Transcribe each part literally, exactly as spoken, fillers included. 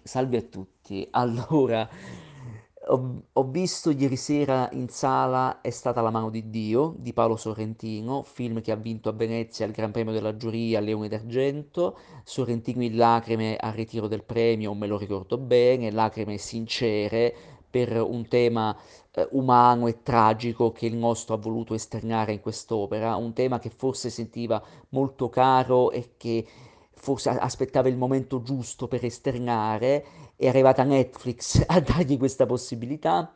Salve a tutti. Allora, ho, ho visto ieri sera in sala È stata la mano di Dio di Paolo Sorrentino, film che ha vinto a Venezia il Gran Premio della giuria al Leone d'Argento. Sorrentino in lacrime al ritiro del premio, me lo ricordo bene, lacrime sincere per un tema eh, umano e tragico che il nostro ha voluto esternare in quest'opera, un tema che forse sentiva molto caro e che forse a- aspettava il momento giusto per esternare. È arrivata Netflix a dargli questa possibilità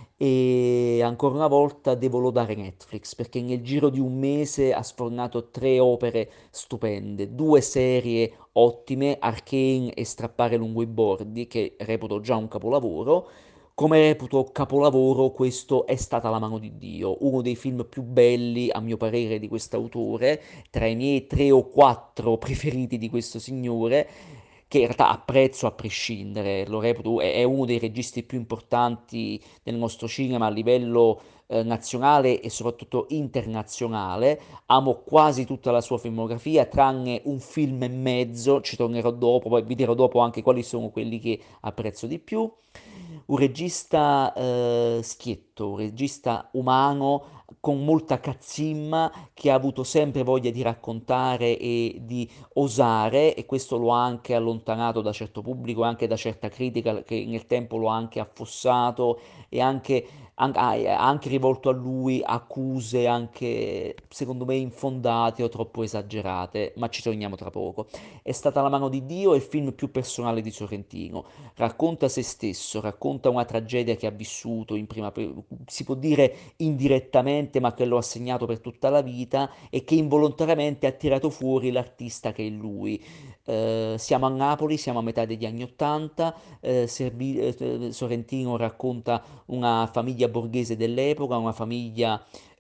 e ancora una volta devo lodare Netflix perché nel giro di un mese ha sfornato tre opere stupende, due serie ottime, Arcane e Strappare lungo i bordi, che reputo già un capolavoro. Come reputo capolavoro, questo È stata la mano di Dio, uno dei film più belli, a mio parere, di quest'autore, tra i miei tre o quattro preferiti di questo signore, che in realtà apprezzo a prescindere, lo reputo, è, è uno dei registi più importanti del nostro cinema a livello eh, nazionale e soprattutto internazionale. Amo quasi tutta la sua filmografia, tranne un film e mezzo, ci tornerò dopo, poi vi dirò dopo anche quali sono quelli che apprezzo di più. Un regista eh, schietto, un regista umano con molta cazzimma che ha avuto sempre voglia di raccontare e di osare, e questo lo ha anche allontanato da certo pubblico e anche da certa critica che nel tempo lo ha anche affossato e anche, an- ha ha anche rivolto a lui accuse anche secondo me infondate o troppo esagerate, ma ci torniamo tra poco. È stata la mano di Dio, è il film più personale di Sorrentino, racconta se stesso, racconta una tragedia che ha vissuto in prima, pe- si può dire indirettamente, ma che lo ha segnato per tutta la vita e che involontariamente ha tirato fuori l'artista che è lui. Eh, siamo a Napoli, siamo a metà degli anni Ottanta, eh, Servi- eh, Sorrentino racconta una famiglia borghese dell'epoca, una famiglia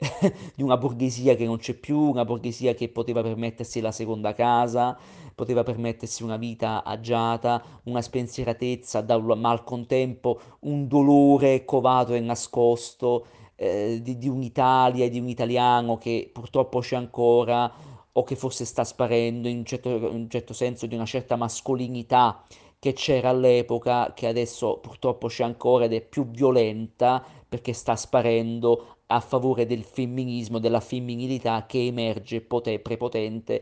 di una borghesia che non c'è più, una borghesia che poteva permettersi la seconda casa, poteva permettersi una vita agiata, una spensieratezza, da un- ma al contempo un dolore covato e nascosto, eh, di, di un'Italia e di un italiano che purtroppo c'è ancora o che forse sta sparendo in un certo, in un certo senso, di una certa mascolinità che c'era all'epoca, che adesso purtroppo c'è ancora ed è più violenta perché sta sparendo a favore del femminismo, della femminilità che emerge pote- prepotente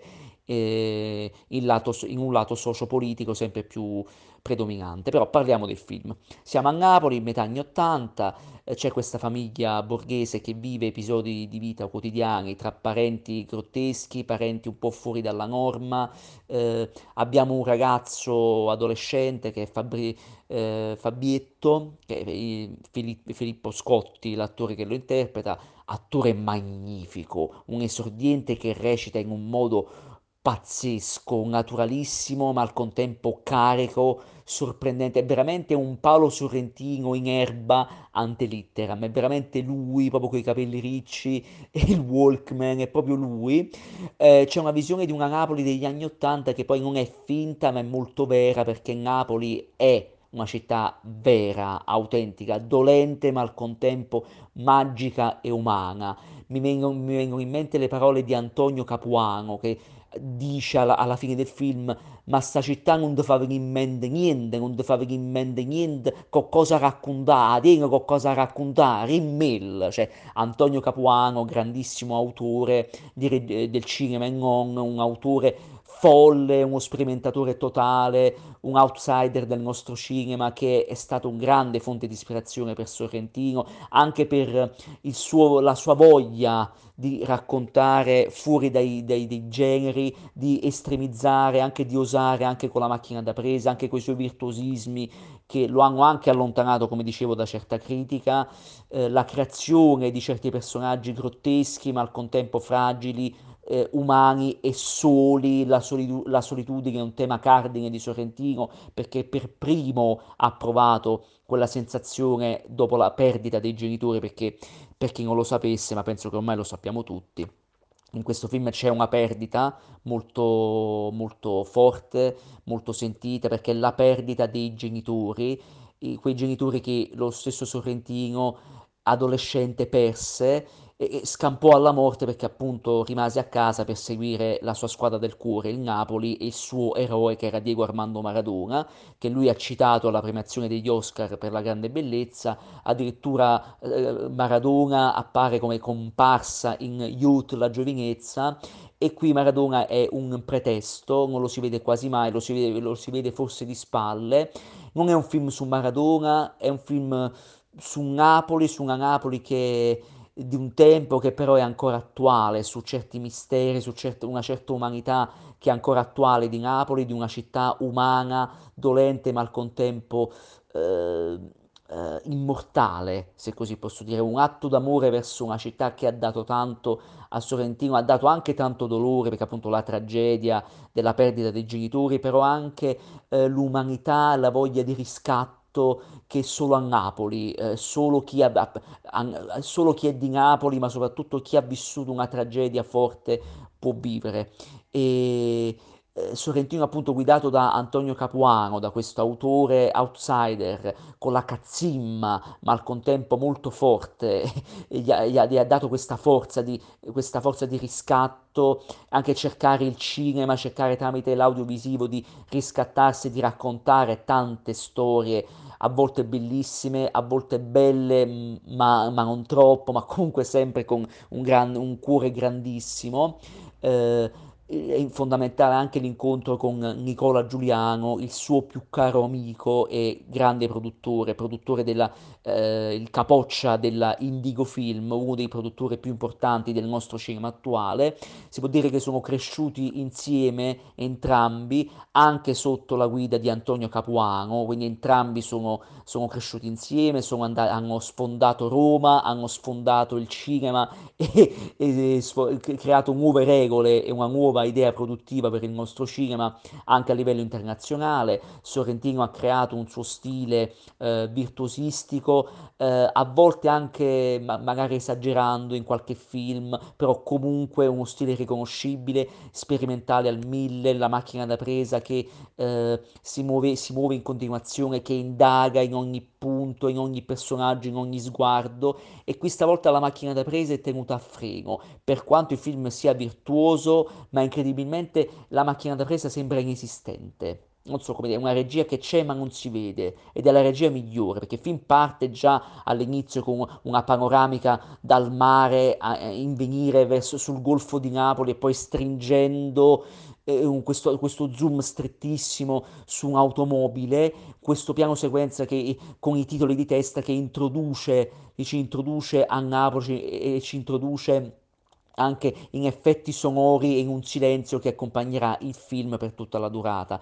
eh, in, lato- in un lato sociopolitico sempre più predominante. Però parliamo del film. Siamo a Napoli, metà anni ottanta, eh, c'è questa famiglia borghese che vive episodi di vita quotidiani tra parenti grotteschi, parenti un po' fuori dalla norma. eh, Abbiamo un ragazzo adolescente che è Fabri- eh, Fabietto, che è eh, Fili- Filippo Scotti, l'attore che lo interpreta, attore magnifico, un esordiente che recita in un modo pazzesco, naturalissimo, ma al contempo carico, sorprendente. È veramente un Paolo Sorrentino in erba ante litteram. È veramente lui, proprio con i capelli ricci e il Walkman, è proprio lui. Eh, c'è una visione di una Napoli degli anni Ottanta che poi non è finta, ma è molto vera, perché Napoli è una città vera, autentica, dolente, ma al contempo magica e umana. Mi vengono, mi vengono in mente le parole di Antonio Capuano che dice alla, alla fine del film: ma sta città non ti fa venire in mente niente, non ti fa venire in mente niente con cosa raccontare, tieni con cosa raccontare, in mail. Cioè, Antonio Capuano, grandissimo autore di re- del cinema e non, un autore folle, uno sperimentatore totale, un outsider del nostro cinema che è stato un grande fonte di ispirazione per Sorrentino, anche per il suo, la sua voglia di raccontare fuori dai, dai, dai generi, di estremizzare, anche di osare anche con la macchina da presa, anche con i suoi virtuosismi che lo hanno anche allontanato, come dicevo, da certa critica, eh, la creazione di certi personaggi grotteschi ma al contempo fragili, eh, umani e soli, la, solitu- la solitudine è un tema cardine di Sorrentino perché per primo ha provato quella sensazione dopo la perdita dei genitori, perché per chi non lo sapesse, ma penso che ormai lo sappiamo tutti, in questo film c'è una perdita molto, molto forte, molto sentita, perché è la perdita dei genitori, i- quei genitori che lo stesso Sorrentino adolescente perse, e, e scampò alla morte perché appunto rimase a casa per seguire la sua squadra del cuore, il Napoli, e il suo eroe che era Diego Armando Maradona, che lui ha citato alla premiazione degli Oscar per la grande bellezza. Addirittura eh, Maradona appare come comparsa in Youth, la giovinezza, e qui Maradona è un pretesto, non lo si vede quasi mai, lo si vede, lo si vede forse di spalle. Non è un film su Maradona, è un film su Napoli, su una Napoli che di un tempo che però è ancora attuale, su certi misteri, su cert- una certa umanità che è ancora attuale di Napoli, di una città umana, dolente ma al contempo eh, eh, immortale, se così posso dire, un atto d'amore verso una città che ha dato tanto a Sorrentino, ha dato anche tanto dolore, perché appunto la tragedia della perdita dei genitori, però anche eh, l'umanità, la voglia di riscatto che solo a Napoli, eh, solo chi ha, ha- solo chi è di Napoli, ma soprattutto chi ha vissuto una tragedia forte può vivere. E eh, Sorrentino appunto guidato da Antonio Capuano, da questo autore outsider, con la cazzimma, ma al contempo molto forte, e gli ha, gli ha- gli ha dato questa forza di, questa forza di riscatto, anche cercare il cinema, cercare tramite l'audiovisivo di riscattarsi, di raccontare tante storie, a volte bellissime, a volte belle, m- ma, ma non troppo, ma comunque sempre con un, gran- un cuore grandissimo. Eh, è fondamentale anche l'incontro con Nicola Giuliano, il suo più caro amico e grande produttore, produttore della, eh, il capoccia della Indigo Film, uno dei produttori più importanti del nostro cinema attuale. Si può dire che sono cresciuti insieme entrambi, anche sotto la guida di Antonio Capuano, quindi entrambi sono, sono cresciuti insieme, sono andati, hanno sfondato Roma, hanno sfondato il cinema e, e sfo- creato nuove regole e una nuova idea produttiva per il nostro cinema anche a livello internazionale. Sorrentino ha creato un suo stile eh, virtuosistico, eh, a volte anche ma- magari esagerando in qualche film, però comunque uno stile riconoscibile, sperimentale al mille, la macchina da presa che eh, si muove, si muove in continuazione, che indaga in ogni punto, in ogni personaggio, in ogni sguardo, e qui stavolta la macchina da presa è tenuta a freno, per quanto il film sia virtuoso, ma incredibilmente la macchina da presa sembra inesistente. Non so come dire, è una regia che c'è ma non si vede, ed è la regia migliore, perché il film parte già all'inizio con una panoramica dal mare a, in venire verso, sul Golfo di Napoli, e poi stringendo eh, un- questo, questo zoom strettissimo su un'automobile, questo piano sequenza che, con i titoli di testa che introduce, che ci introduce a Napoli e, e ci introduce anche in effetti sonori e in un silenzio che accompagnerà il film per tutta la durata.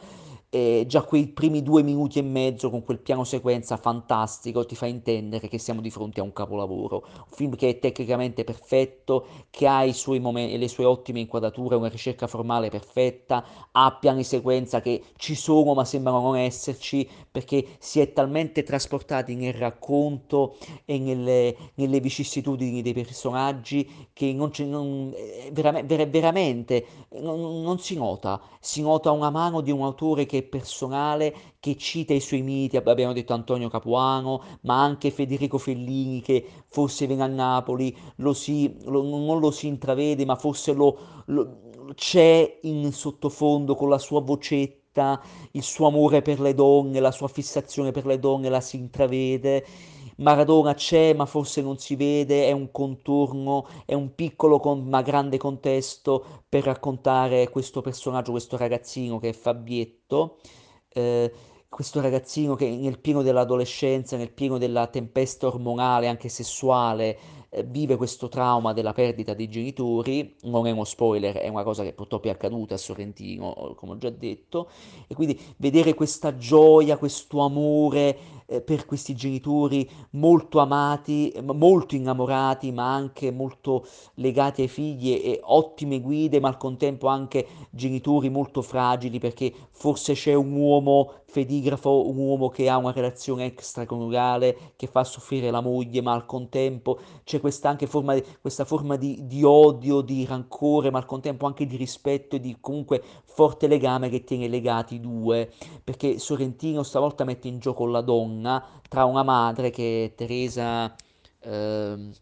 E già quei primi due minuti e mezzo con quel piano sequenza fantastico ti fa intendere che siamo di fronte a un capolavoro, un film che è tecnicamente perfetto, che ha i suoi momenti, le sue ottime inquadrature, una ricerca formale perfetta, ha piani sequenza che ci sono ma sembrano non esserci, perché si è talmente trasportati nel racconto e nelle, nelle vicissitudini dei personaggi che non c'è, non, eh, verame- vera- veramente non, non si nota, si nota una mano di un autore che è personale, che cita i suoi miti, ab- abbiamo detto Antonio Capuano, ma anche Federico Fellini che forse viene a Napoli, lo si, lo- non lo si intravede, ma forse lo, lo- c'è in sottofondo con la sua vocetta, il suo amore per le donne, la sua fissazione per le donne la si intravede. Maradona c'è, ma forse non si vede, è un contorno, è un piccolo con- ma grande contesto per raccontare questo personaggio, questo ragazzino che è Fabietto, eh, questo ragazzino che nel pieno dell'adolescenza, nel pieno della tempesta ormonale, anche sessuale, eh, vive questo trauma della perdita dei genitori. Non è uno spoiler, è una cosa che purtroppo è accaduta a Sorrentino, come ho già detto, e quindi vedere questa gioia, questo amore eh, per questi genitori molto amati, eh, molto innamorati, ma anche molto legati ai figli, e, e ottime guide, ma al contempo anche genitori molto fragili, perché forse c'è un uomo fedigrafo, un uomo che ha una relazione extraconiugale, che fa soffrire la moglie, ma al contempo c'è questa anche forma, questa forma di, di odio, di rancore, ma al contempo anche di rispetto e di comunque forte legame che tiene legati i due, perché Sorrentino stavolta mette in gioco la donna tra una madre che è Teresa, ehm,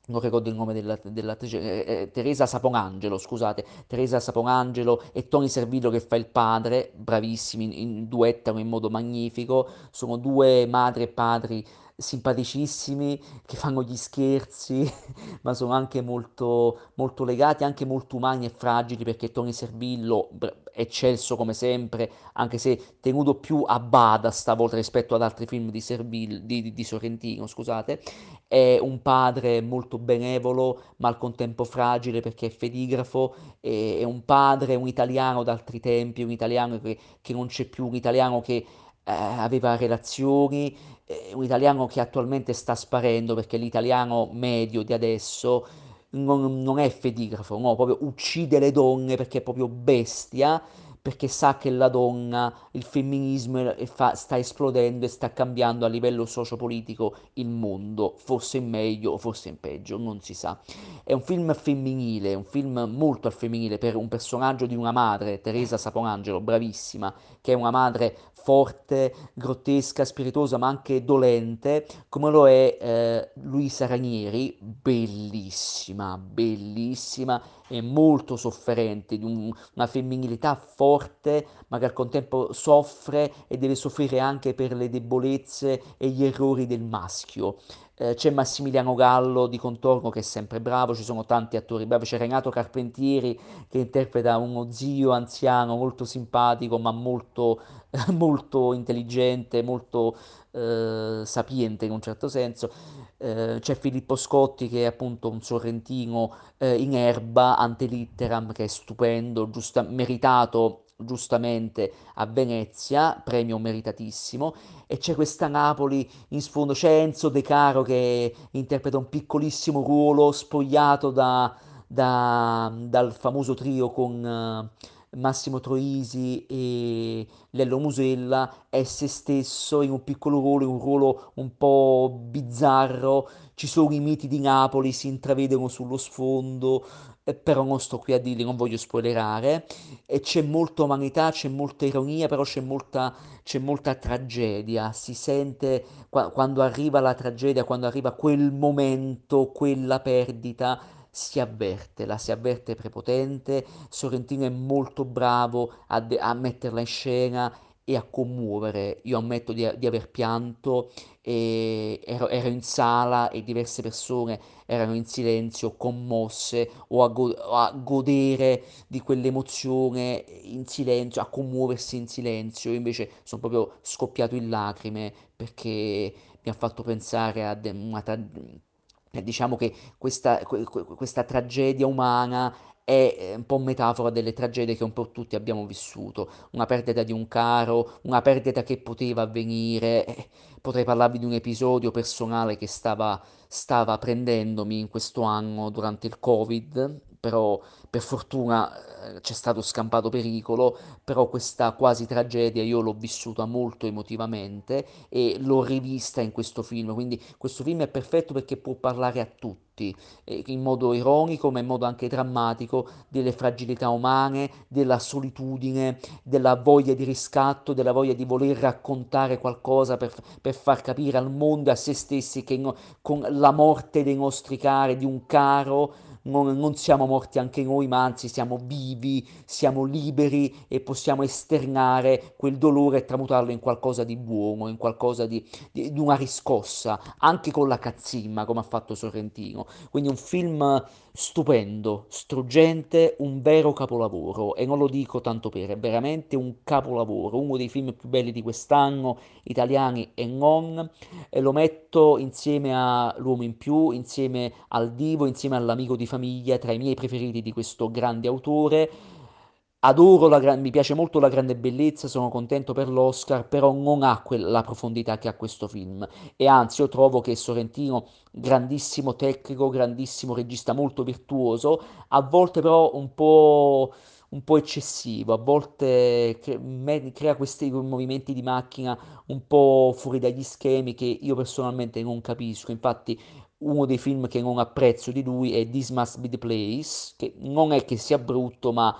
non ricordo il nome della- dell'attrice, eh, eh, Teresa Saponangelo, scusate, Teresa Saponangelo e Tony Servillo che fa il padre, bravissimi, in, in- duettano in modo magnifico, sono due madri e padri simpaticissimi che fanno gli scherzi, ma sono anche molto, molto legati, anche molto umani e fragili, perché Tony Servillo, bra- eccelso come sempre, anche se tenuto più a bada stavolta rispetto ad altri film di, Servillo, di, di di Sorrentino, scusate, è un padre molto benevolo, ma al contempo fragile perché è fedigrafo, e- è un padre, un italiano d'altri tempi, un italiano che, che non c'è più, un italiano che eh, aveva relazioni, eh, un italiano che attualmente sta sparendo perché l'italiano medio di adesso non, non è fedigrafo, no, proprio uccide le donne perché è proprio bestia, perché sa che la donna, il femminismo è- fa- sta esplodendo e sta cambiando a livello sociopolitico il mondo, forse in meglio o forse in peggio, non si sa. È un film femminile, un film molto al femminile per un personaggio di una madre, Teresa Saponangelo, bravissima, che è una madre forte, grottesca, spiritosa, ma anche dolente, come lo è eh, Luisa Ranieri, bellissima, bellissima e molto sofferente, di un- una femminilità forte, ma che al contempo soffre e deve soffrire anche per le debolezze e gli errori del maschio. Eh, c'è Massimiliano Gallo di contorno che è sempre bravo, ci sono tanti attori bravi, c'è Renato Carpentieri che interpreta uno zio anziano molto simpatico ma molto, molto intelligente, molto eh, sapiente in un certo senso. Eh, c'è Filippo Scotti che è appunto un sorrentino eh, in erba, ante litteram, che è stupendo, giusta- meritato giustamente a Venezia, premio meritatissimo, e c'è questa Napoli in sfondo, c'è Enzo De Caro che interpreta un piccolissimo ruolo spogliato da, da- dal famoso trio con eh, Massimo Troisi e Lello Musella, è se stesso in un piccolo ruolo, in un ruolo un po' bizzarro, ci sono i miti di Napoli, si intravedono sullo sfondo, eh, però non sto qui a dirli, non voglio spoilerare, e c'è molta umanità, c'è molta ironia, però c'è molta, c'è molta tragedia, si sente qua- quando arriva la tragedia, quando arriva quel momento, quella perdita, si avverte, la si avverte prepotente. Sorrentino è molto bravo a, de- a metterla in scena e a commuovere. Io ammetto di, di aver pianto, e ero, ero in sala e diverse persone erano in silenzio, commosse o a, go- o a godere di quell'emozione in silenzio, a commuoversi in silenzio. Io invece sono proprio scoppiato in lacrime perché mi ha fatto pensare a de- una tra- eh, diciamo che questa, que- que- questa tragedia umana è eh, un po' metafora delle tragedie che un po' tutti abbiamo vissuto, una perdita di un caro, una perdita che poteva avvenire. eh, Potrei parlarvi di un episodio personale che stava, stava prendendomi in questo anno durante il Covid, però per fortuna eh, c'è stato scampato pericolo, però questa quasi tragedia io l'ho vissuta molto emotivamente e l'ho rivista in questo film, quindi questo film è perfetto perché può parlare a tutti, eh, in modo ironico ma in modo anche drammatico, delle fragilità umane, della solitudine, della voglia di riscatto, della voglia di voler raccontare qualcosa per, per far capire al mondo e a se stessi che no- con la morte dei nostri cari, di un caro, non, non siamo morti anche noi, ma anzi siamo vivi, siamo liberi e possiamo esternare quel dolore e tramutarlo in qualcosa di buono, in qualcosa di, di, di una riscossa, anche con la cazzimma, come ha fatto Sorrentino. Quindi un film stupendo, struggente, un vero capolavoro, e non lo dico tanto per, è veramente un capolavoro, uno dei film più belli di quest'anno, italiani e non, e lo metto insieme a L'uomo in più, insieme al Divo, insieme all'Amico di famiglia, tra i miei preferiti di questo grande autore. Adoro la gran- mi piace molto La grande bellezza, sono contento per l'Oscar, però non ha quella profondità che ha questo film. E anzi, io trovo che Sorrentino, grandissimo tecnico, grandissimo regista, molto virtuoso, a volte però un po', un po' eccessivo, a volte cre- me- crea questi movimenti di macchina un po' fuori dagli schemi che io personalmente non capisco. Infatti, uno dei film che non apprezzo di lui è This Must Be the Place, che non è che sia brutto, ma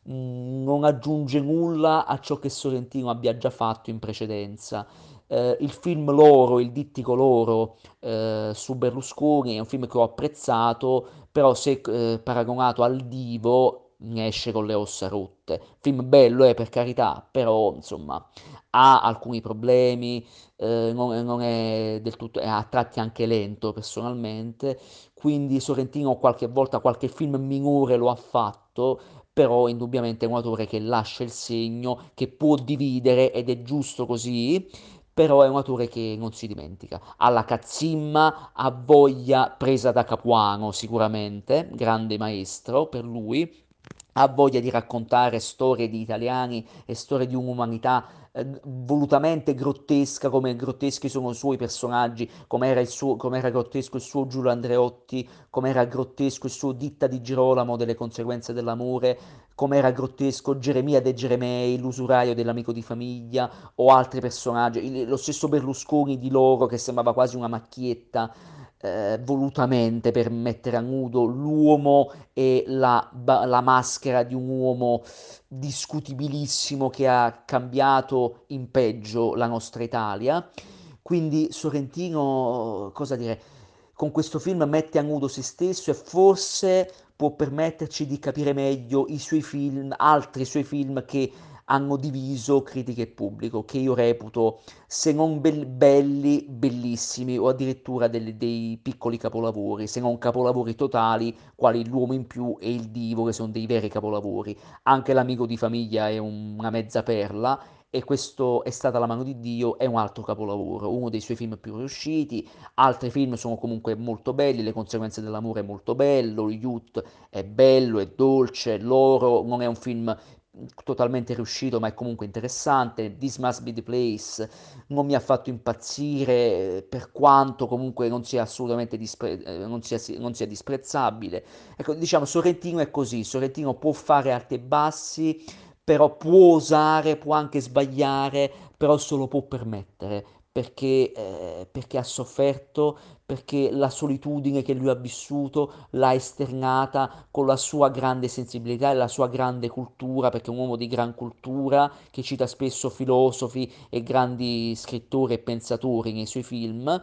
mh, non aggiunge nulla a ciò che Sorrentino abbia già fatto in precedenza. Eh, il film Loro, il dittico Loro, eh, su Berlusconi è un film che ho apprezzato, però se eh, paragonato al Divo ne esce con le ossa rotte. Film bello, eh, per carità, però insomma ha alcuni problemi, eh, non, non è del tutto, è a tratti anche lento personalmente, quindi Sorrentino qualche volta qualche film minore lo ha fatto, però indubbiamente è un autore che lascia il segno, che può dividere ed è giusto così, però è un autore che non si dimentica. Ha la cazzimma, ha voglia presa da Capuano sicuramente, grande maestro per lui, ha voglia di raccontare storie di italiani e storie di un'umanità eh, volutamente grottesca, come grotteschi sono i suoi personaggi, come era, il suo, come era grottesco il suo Giulio Andreotti, come era grottesco il suo Ditta di Girolamo delle conseguenze dell'amore, come era grottesco Geremia De Geremei, l'usuraio dell'amico di famiglia, o altri personaggi, il- lo stesso Berlusconi di loro che sembrava quasi una macchietta, eh, volutamente per mettere a nudo l'uomo e la, ba- la maschera di un uomo discutibilissimo che ha cambiato in peggio la nostra Italia. Quindi Sorrentino, cosa dire, con questo film mette a nudo se stesso e forse può permetterci di capire meglio i suoi film, altri suoi film che hanno diviso critica e pubblico, che io reputo, se non bel- belli, bellissimi, o addirittura delle- dei piccoli capolavori, se non capolavori totali, quali L'uomo in più e Il Divo, che sono dei veri capolavori. Anche L'amico di famiglia è un- una mezza perla, e questo È stata la mano di Dio, è un altro capolavoro, uno dei suoi film più riusciti. Altri film sono comunque molto belli, Le conseguenze dell'amore è molto bello, Lo Youth è bello, è dolce, Loro non è un film totalmente riuscito, ma è comunque interessante. This Must Be the Place non mi ha fatto impazzire, per quanto comunque non sia assolutamente dispre- eh, non sia, non sia disprezzabile. Ecco, diciamo, Sorrentino è così, Sorrentino può fare alti e bassi, però può osare, può anche sbagliare, però se lo può permettere, perché, eh, perché ha sofferto, perché la solitudine che lui ha vissuto l'ha esternata con la sua grande sensibilità e la sua grande cultura, perché è un uomo di gran cultura che cita spesso filosofi e grandi scrittori e pensatori nei suoi film.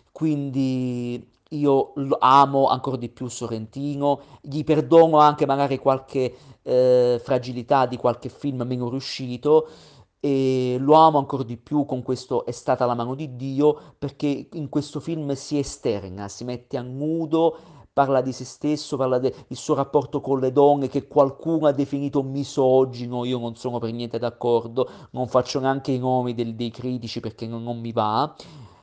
Quindi io lo amo ancora di più Sorrentino, gli perdono anche magari qualche eh, fragilità di qualche film meno riuscito, e lo amo ancora di più con questo È stata la mano di Dio, perché in questo film si esterna, si mette a nudo, parla di se stesso, parla del suo rapporto con le donne che qualcuno ha definito misogino, io non sono per niente d'accordo, non faccio neanche i nomi del- dei critici perché non, non mi va.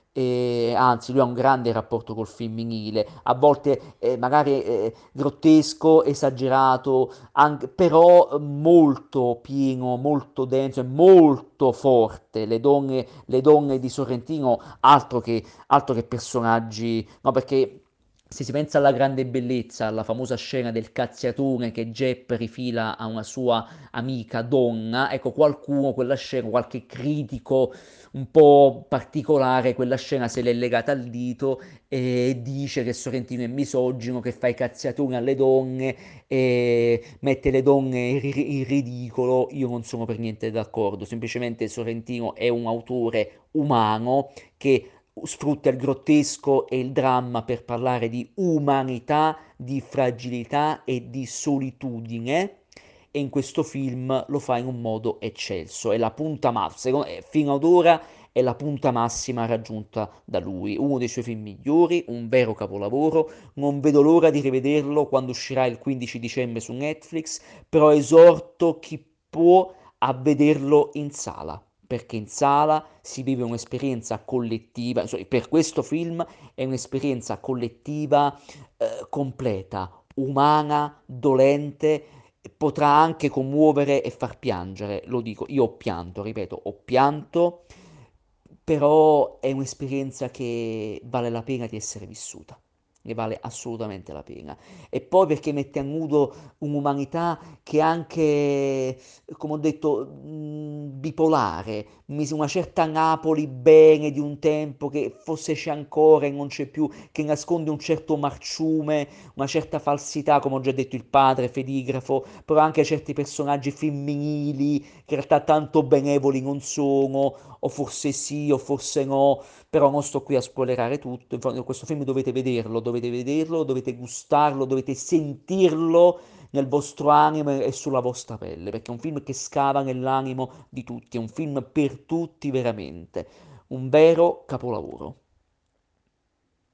E, anzi, lui ha un grande rapporto col femminile, a volte eh, magari eh, grottesco, esagerato, anche- però eh, molto pieno, molto denso e molto forte. Le donne, le donne di Sorrentino, altro che, altro che personaggi, no, perché se si pensa alla grande bellezza, alla famosa scena del cazziatone che Jepp rifila a una sua amica donna, ecco, qualcuno quella scena, qualche critico un po' particolare, quella scena se l'è legata al dito e dice che Sorrentino è misogino, che fa i cazziatoni alle donne e mette le donne in ri- in ridicolo. Io non sono per niente d'accordo, semplicemente Sorrentino è un autore umano che sfrutta il grottesco e il dramma per parlare di umanità, di fragilità e di solitudine, e in questo film lo fa in un modo eccelso. È la punta massima, fino ad ora è la punta massima raggiunta da lui, uno dei suoi film migliori, un vero capolavoro. Non vedo l'ora di rivederlo quando uscirà il quindici dicembre su Netflix, però esorto chi può a vederlo in sala, perché in sala si vive un'esperienza collettiva, insomma, per questo film è un'esperienza collettiva eh, completa, umana, dolente, potrà anche commuovere e far piangere, lo dico, io ho pianto, ripeto, ho pianto, però è un'esperienza che vale la pena di essere vissuta. ne vale assolutamente la pena. E poi perché mette a nudo un'umanità che è anche, come ho detto, mh, bipolare, mise una certa Napoli bene di un tempo che forse c'è ancora e non c'è più, che nasconde un certo marciume, una certa falsità, come ho già detto il padre, Fedigrafo, però anche certi personaggi femminili che in realtà tanto benevoli non sono, o forse sì, o forse no, però non sto qui a spoilerare tutto. Infatti, questo film dovete vederlo, dovete vederlo, dovete gustarlo, dovete sentirlo nel vostro animo e sulla vostra pelle, perché è un film che scava nell'animo di tutti, è un film per tutti veramente, un vero capolavoro.